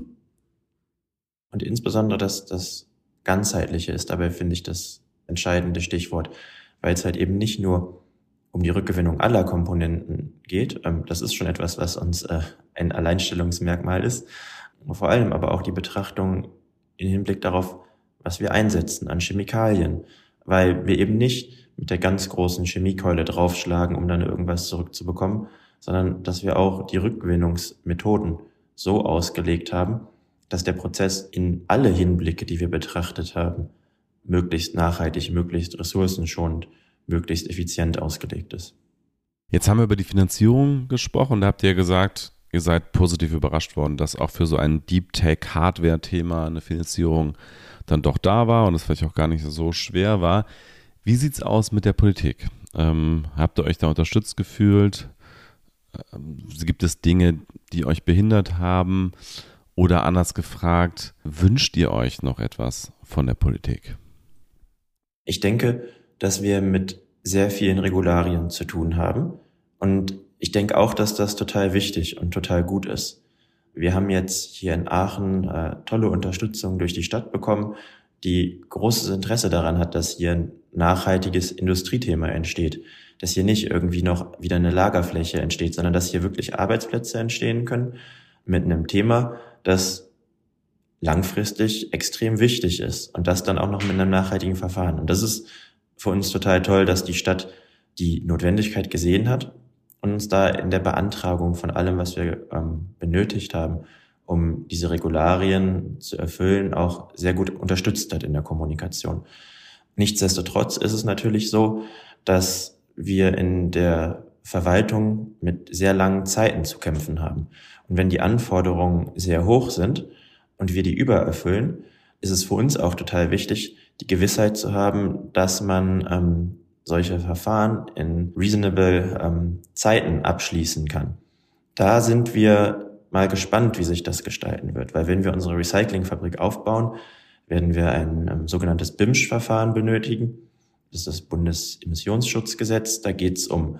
Und insbesondere das Ganzheitliche ist dabei, finde ich, das entscheidende Stichwort, weil es halt eben nicht nur um die Rückgewinnung aller Komponenten geht. Das ist schon etwas, was uns ein Alleinstellungsmerkmal ist. Vor allem aber auch die Betrachtung im Hinblick darauf, was wir einsetzen an Chemikalien, weil wir eben nicht mit der ganz großen Chemiekeule draufschlagen, um dann irgendwas zurückzubekommen, sondern dass wir auch die Rückgewinnungsmethoden so ausgelegt haben, dass der Prozess in alle Hinblicke, die wir betrachtet haben, möglichst nachhaltig, möglichst ressourcenschonend, möglichst effizient ausgelegt ist. Jetzt haben wir über die Finanzierung gesprochen. Da habt ihr gesagt, ihr seid positiv überrascht worden, dass auch für so ein Deep Tech Hardware-Thema eine Finanzierung dann doch da war und es vielleicht auch gar nicht so schwer war. Wie sieht's aus mit der Politik? Habt ihr euch da unterstützt gefühlt? Gibt es Dinge, die euch behindert haben? Oder anders gefragt, wünscht ihr euch noch etwas von der Politik? Ich denke, dass wir mit sehr vielen Regularien zu tun haben. Und ich denke auch, dass das total wichtig und total gut ist. Wir haben jetzt hier in Aachen tolle Unterstützung durch die Stadt bekommen, die großes Interesse daran hat, dass hier ein nachhaltiges Industriethema entsteht. Dass hier nicht irgendwie noch wieder eine Lagerfläche entsteht, sondern dass hier wirklich Arbeitsplätze entstehen können mit einem Thema, das langfristig extrem wichtig ist und das dann auch noch mit einem nachhaltigen Verfahren. Und das ist für uns total toll, dass die Stadt die Notwendigkeit gesehen hat und uns da in der Beantragung von allem, was wir benötigt haben, um diese Regularien zu erfüllen, auch sehr gut unterstützt hat in der Kommunikation. Nichtsdestotrotz ist es natürlich so, dass wir in der Verwaltung mit sehr langen Zeiten zu kämpfen haben. Und wenn die Anforderungen sehr hoch sind und wir die übererfüllen, ist es für uns auch total wichtig, die Gewissheit zu haben, dass man solche Verfahren in reasonable Zeiten abschließen kann. Da sind wir mal gespannt, wie sich das gestalten wird, weil wenn wir unsere Recyclingfabrik aufbauen, werden wir ein sogenanntes BIMSCH-Verfahren benötigen. Das ist das Bundesemissionsschutzgesetz. Da geht es um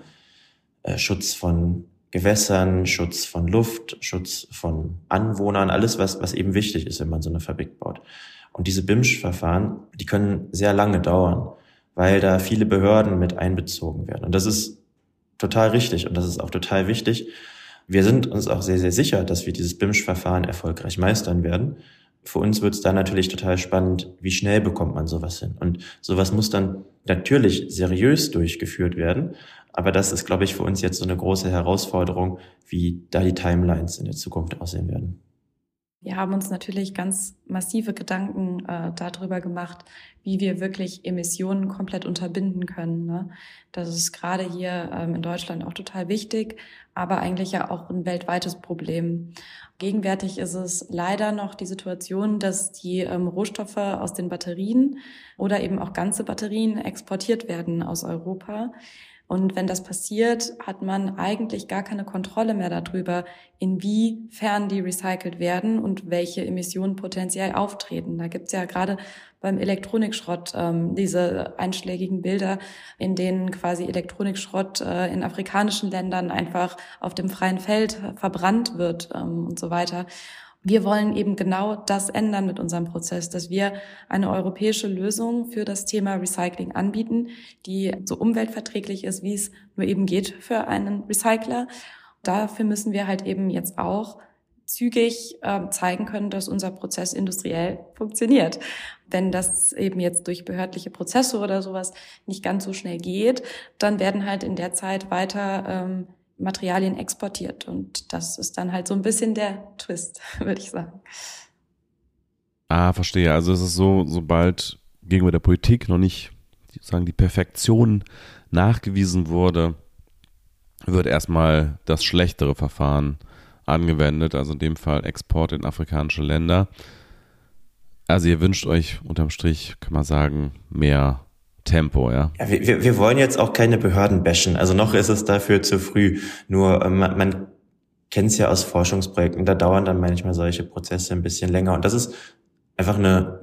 Schutz von Gewässern, Schutz von Luft, Schutz von Anwohnern, alles, was eben wichtig ist, wenn man so eine Fabrik baut. Und diese BIMSCH-Verfahren, die können sehr lange dauern, weil da viele Behörden mit einbezogen werden. Und das ist total richtig und das ist auch total wichtig. Wir sind uns auch sehr, sehr sicher, dass wir dieses BIMSCH-Verfahren erfolgreich meistern werden. Für uns wird es dann natürlich total spannend, wie schnell bekommt man sowas hin. Und sowas muss dann natürlich seriös durchgeführt werden. Aber das ist, glaube ich, für uns jetzt so eine große Herausforderung, wie da die Timelines in der Zukunft aussehen werden. Wir haben uns natürlich ganz massive Gedanken darüber gemacht, wie wir wirklich Emissionen komplett unterbinden können. Ne? Das ist gerade hier in Deutschland auch total wichtig, aber eigentlich ja auch ein weltweites Problem. Gegenwärtig ist es leider noch die Situation, dass die Rohstoffe aus den Batterien oder eben auch ganze Batterien exportiert werden aus Europa. Und wenn das passiert, hat man eigentlich gar keine Kontrolle mehr darüber, inwiefern die recycelt werden und welche Emissionen potenziell auftreten. Da gibt's ja gerade beim Elektronikschrott diese einschlägigen Bilder, in denen quasi Elektronikschrott in afrikanischen Ländern einfach auf dem freien Feld verbrannt wird und so weiter. Wir wollen eben genau das ändern mit unserem Prozess, dass wir eine europäische Lösung für das Thema Recycling anbieten, die so umweltverträglich ist, wie es nur eben geht für einen Recycler. Dafür müssen wir halt eben jetzt auch zügig zeigen können, dass unser Prozess industriell funktioniert. Wenn das eben jetzt durch behördliche Prozesse oder sowas nicht ganz so schnell geht, dann werden halt in der Zeit weiter Materialien exportiert. Und das ist dann halt so ein bisschen der Twist, würde ich sagen. Verstehe. Also es ist so, sobald gegenüber der Politik noch nicht sozusagen die Perfektion nachgewiesen wurde, wird erstmal das schlechtere Verfahren angewendet, also in dem Fall Export in afrikanische Länder. Also ihr wünscht euch unterm Strich, kann man sagen, mehr Tempo, ja. Ja, wir wollen jetzt auch keine Behörden bashen, also noch ist es dafür zu früh. Nur man kennt es ja aus Forschungsprojekten, da dauern dann manchmal solche Prozesse ein bisschen länger und das ist einfach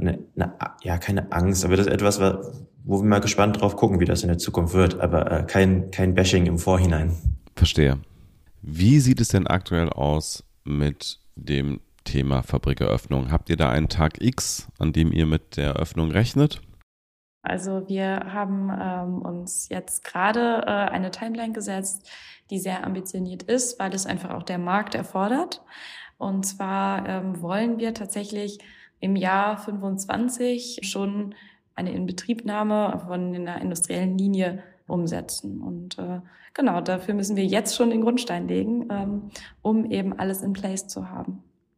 keine Angst, aber das ist etwas, wo wir mal gespannt drauf gucken, wie das in der Zukunft wird, aber kein Bashing im Vorhinein. Verstehe. Wie sieht es denn aktuell aus mit dem Thema Fabrikeröffnung? Habt ihr da einen Tag X, an dem ihr mit der Eröffnung rechnet? Also wir haben uns jetzt gerade eine Timeline gesetzt, die sehr ambitioniert ist, weil es einfach auch der Markt erfordert. Und zwar wollen wir tatsächlich im Jahr 25 schon eine Inbetriebnahme von einer industriellen Linie umsetzen. Und genau, dafür müssen wir jetzt schon den Grundstein legen, um eben alles in place zu haben.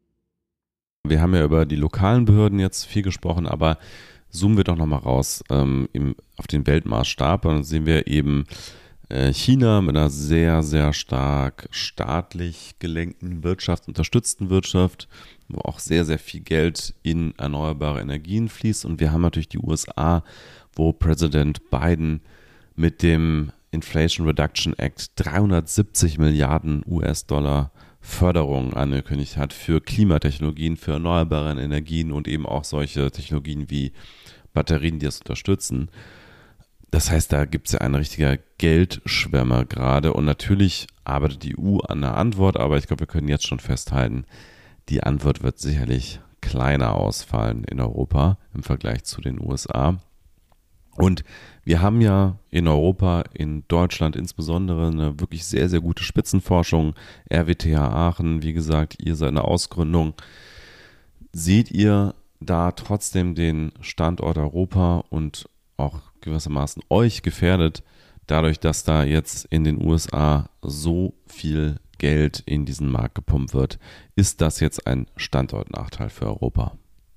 Wir haben ja über die lokalen Behörden jetzt viel gesprochen, aber zoomen wir doch nochmal raus auf den Weltmaßstab. Und dann sehen wir eben China mit einer sehr, sehr stark staatlich gelenkten Wirtschaft, unterstützten Wirtschaft, wo auch sehr, sehr viel Geld in erneuerbare Energien fließt. Und wir haben natürlich die USA, wo Präsident Biden mit dem Inflation Reduction Act 370 Milliarden US-Dollar Förderung angekündigt hat für Klimatechnologien, für erneuerbare Energien und eben auch solche Technologien wie Batterien, die das unterstützen. Das heißt, da gibt es ja einen richtiger Geldschwemmer gerade und natürlich arbeitet die EU an einer Antwort, aber ich glaube, wir können jetzt schon festhalten, die Antwort wird sicherlich kleiner ausfallen in Europa im Vergleich zu den USA. Und wir haben ja in Europa, in Deutschland insbesondere, eine wirklich sehr, sehr gute Spitzenforschung. RWTH Aachen, wie gesagt, ihr seid eine Ausgründung. Seht ihr da trotzdem den Standort Europa und auch gewissermaßen euch gefährdet, dadurch, dass da jetzt in den USA so viel Geld in diesen Markt gepumpt wird? Ist das jetzt ein Standortnachteil für Europa?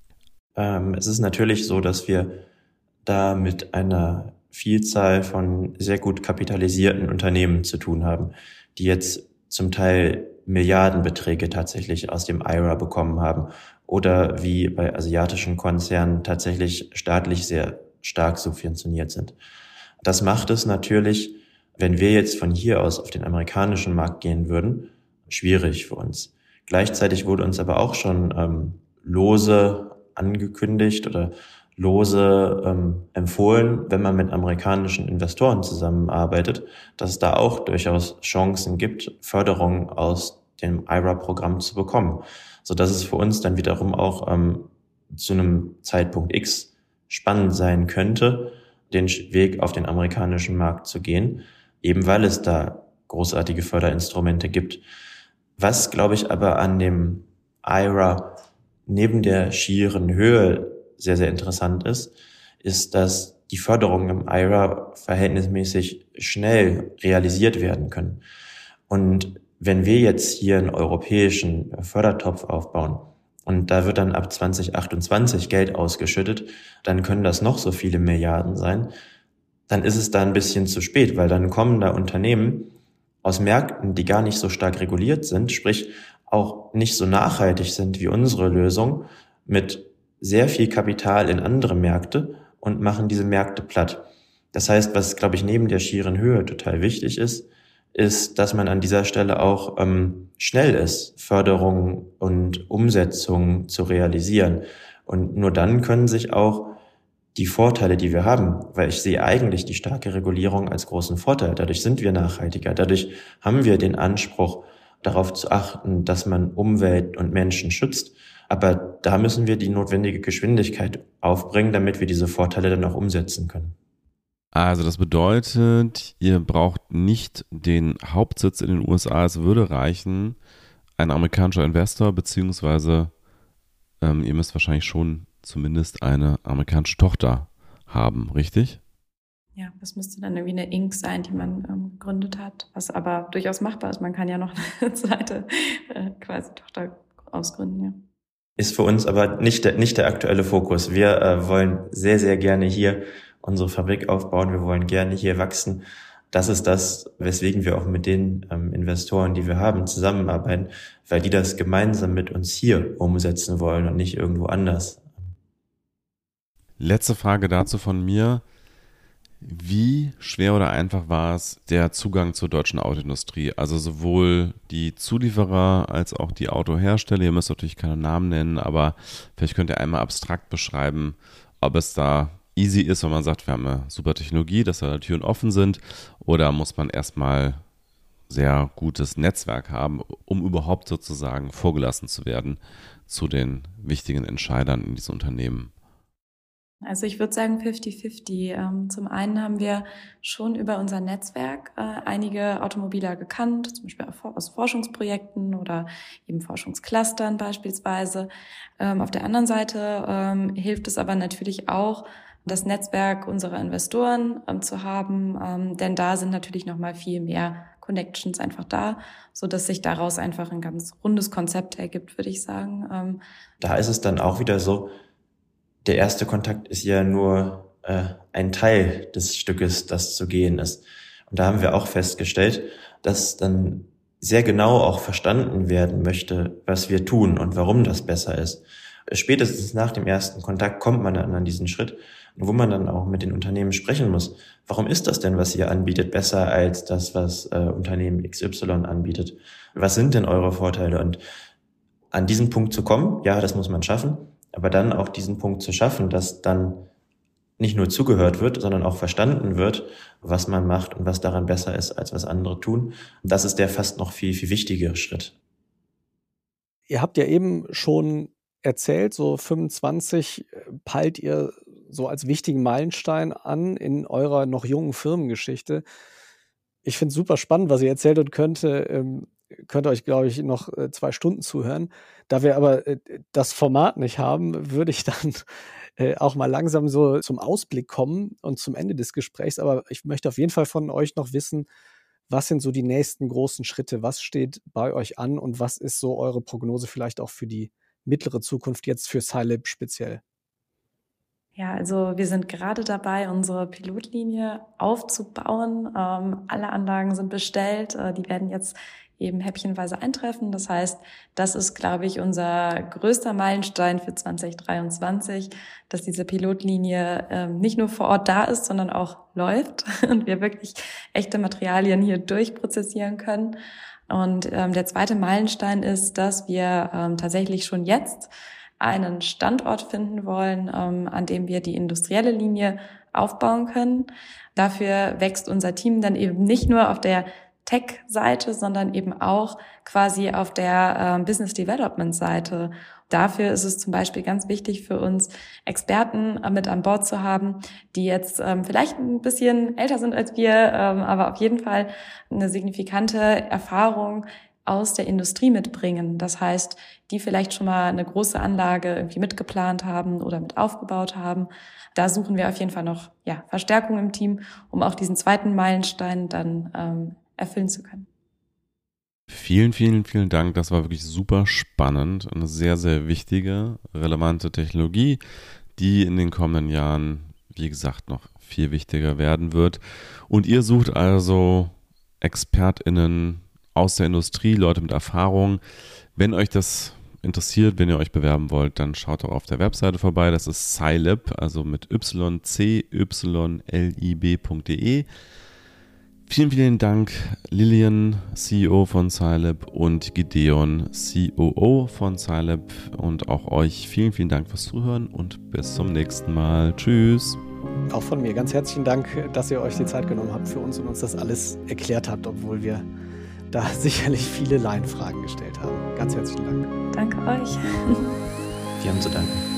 Es ist natürlich so, dass wir da mit einer Vielzahl von sehr gut kapitalisierten Unternehmen zu tun haben, die jetzt zum Teil Milliardenbeträge tatsächlich aus dem IRA bekommen haben oder wie bei asiatischen Konzernen tatsächlich staatlich sehr stark subventioniert sind. Das macht es natürlich, wenn wir jetzt von hier aus auf den amerikanischen Markt gehen würden, schwierig für uns. Gleichzeitig wurde uns aber auch schon lose angekündigt oder lose empfohlen, wenn man mit amerikanischen Investoren zusammenarbeitet, dass es da auch durchaus Chancen gibt, Förderung aus dem IRA-Programm zu bekommen, sodass es für uns dann wiederum auch zu einem Zeitpunkt X spannend sein könnte, den Weg auf den amerikanischen Markt zu gehen, eben weil es da großartige Förderinstrumente gibt. Was, glaube ich, aber an dem IRA neben der schieren Höhe sehr, sehr interessant ist, dass die Förderungen im IRA verhältnismäßig schnell realisiert werden können. Und wenn wir jetzt hier einen europäischen Fördertopf aufbauen und da wird dann ab 2028 Geld ausgeschüttet, dann können das noch so viele Milliarden sein, dann ist es da ein bisschen zu spät, weil dann kommen da Unternehmen aus Märkten, die gar nicht so stark reguliert sind, sprich auch nicht so nachhaltig sind wie unsere Lösung, mit sehr viel Kapital in andere Märkte und machen diese Märkte platt. Das heißt, was, glaube ich, neben der schieren Höhe total wichtig ist, dass man an dieser Stelle auch schnell ist, Förderung und Umsetzung zu realisieren. Und nur dann können sich auch die Vorteile, die wir haben, weil ich sehe eigentlich die starke Regulierung als großen Vorteil. Dadurch sind wir nachhaltiger. Dadurch haben wir den Anspruch, darauf zu achten, dass man Umwelt und Menschen schützt. Aber da müssen wir die notwendige Geschwindigkeit aufbringen, damit wir diese Vorteile dann auch umsetzen können. Also das bedeutet, ihr braucht nicht den Hauptsitz in den USA, es würde reichen, ein amerikanischer Investor, beziehungsweise ihr müsst wahrscheinlich schon zumindest eine amerikanische Tochter haben, richtig? Ja, das müsste dann irgendwie eine Inc. sein, die man gegründet hat, was aber durchaus machbar ist. Man kann ja noch eine zweite quasi Tochter ausgründen, ja. Ist für uns aber nicht der aktuelle Fokus. Wir wollen sehr, sehr gerne hier unsere Fabrik aufbauen. Wir wollen gerne hier wachsen. Das ist das, weswegen wir auch mit den Investoren, die wir haben, zusammenarbeiten, weil die das gemeinsam mit uns hier umsetzen wollen und nicht irgendwo anders. Letzte Frage dazu von mir. Wie schwer oder einfach war es, der Zugang zur deutschen Autoindustrie? Also sowohl die Zulieferer als auch die Autohersteller. Ihr müsst natürlich keine Namen nennen, aber vielleicht könnt ihr einmal abstrakt beschreiben, ob es da easy ist, wenn man sagt, wir haben eine super Technologie, dass da Türen offen sind, oder muss man erstmal sehr gutes Netzwerk haben, um überhaupt sozusagen vorgelassen zu werden zu den wichtigen Entscheidern in diesem Unternehmen? Also ich würde sagen 50-50. Zum einen haben wir schon über unser Netzwerk einige Automobiler gekannt, zum Beispiel aus Forschungsprojekten oder eben Forschungsclustern beispielsweise. Auf der anderen Seite hilft es aber natürlich auch, das Netzwerk unserer Investoren zu haben, denn da sind natürlich noch mal viel mehr Connections einfach da, so dass sich daraus einfach ein ganz rundes Konzept ergibt, würde ich sagen. Da ist es dann auch wieder so, der erste Kontakt ist ja nur ein Teil des Stückes, das zu gehen ist. Und da haben wir auch festgestellt, dass dann sehr genau auch verstanden werden möchte, was wir tun und warum das besser ist. Spätestens nach dem ersten Kontakt kommt man dann an diesen Schritt, wo man dann auch mit den Unternehmen sprechen muss. Warum ist das denn, was ihr anbietet, besser als das, was Unternehmen XY anbietet? Was sind denn eure Vorteile? Und an diesen Punkt zu kommen, ja, das muss man schaffen. Aber dann auch diesen Punkt zu schaffen, dass dann nicht nur zugehört wird, sondern auch verstanden wird, was man macht und was daran besser ist, als was andere tun. Das ist der fast noch viel, viel wichtigere Schritt. Ihr habt ja eben schon erzählt, so 25 peilt ihr so als wichtigen Meilenstein an in eurer noch jungen Firmengeschichte. Ich finde es super spannend, was ihr erzählt und könnt euch, glaube ich, noch 2 Stunden zuhören. Da wir aber das Format nicht haben, würde ich dann auch mal langsam so zum Ausblick kommen und zum Ende des Gesprächs. Aber ich möchte auf jeden Fall von euch noch wissen, was sind so die nächsten großen Schritte? Was steht bei euch an und was ist so eure Prognose vielleicht auch für die mittlere Zukunft jetzt für SciLab speziell? Ja, also wir sind gerade dabei, unsere Pilotlinie aufzubauen. Alle Anlagen sind bestellt. Die werden jetzt eben häppchenweise eintreffen. Das heißt, das ist, glaube ich, unser größter Meilenstein für 2023, dass diese Pilotlinie nicht nur vor Ort da ist, sondern auch läuft und wir wirklich echte Materialien hier durchprozessieren können. Und der zweite Meilenstein ist, dass wir tatsächlich schon jetzt einen Standort finden wollen, an dem wir die industrielle Linie aufbauen können. Dafür wächst unser Team dann eben nicht nur auf der Tech-Seite, sondern eben auch quasi auf der Business-Development-Seite. Dafür ist es zum Beispiel ganz wichtig für uns, Experten mit an Bord zu haben, die jetzt vielleicht ein bisschen älter sind als wir, aber auf jeden Fall eine signifikante Erfahrung aus der Industrie mitbringen. Das heißt, die vielleicht schon mal eine große Anlage irgendwie mitgeplant haben oder mit aufgebaut haben. Da suchen wir auf jeden Fall noch Verstärkung im Team, um auch diesen zweiten Meilenstein dann erfüllen zu können. Vielen, vielen, vielen Dank. Das war wirklich super spannend. Eine sehr, sehr wichtige, relevante Technologie, die in den kommenden Jahren, wie gesagt, noch viel wichtiger werden wird. Und ihr sucht also ExpertInnen aus der Industrie, Leute mit Erfahrung. Wenn euch das interessiert, wenn ihr euch bewerben wollt, dann schaut doch auf der Webseite vorbei. Das ist SciLab, also mit ycylib.de. Vielen, vielen Dank, Lilian, CEO von SciLab, und Gideon, COO von SciLab, und auch euch vielen, vielen Dank fürs Zuhören und bis zum nächsten Mal. Tschüss. Auch von mir ganz herzlichen Dank, dass ihr euch die Zeit genommen habt für uns und uns das alles erklärt habt, obwohl wir da sicherlich viele Laienfragen gestellt haben. Ganz herzlichen Dank. Danke euch. Wir haben zu danken.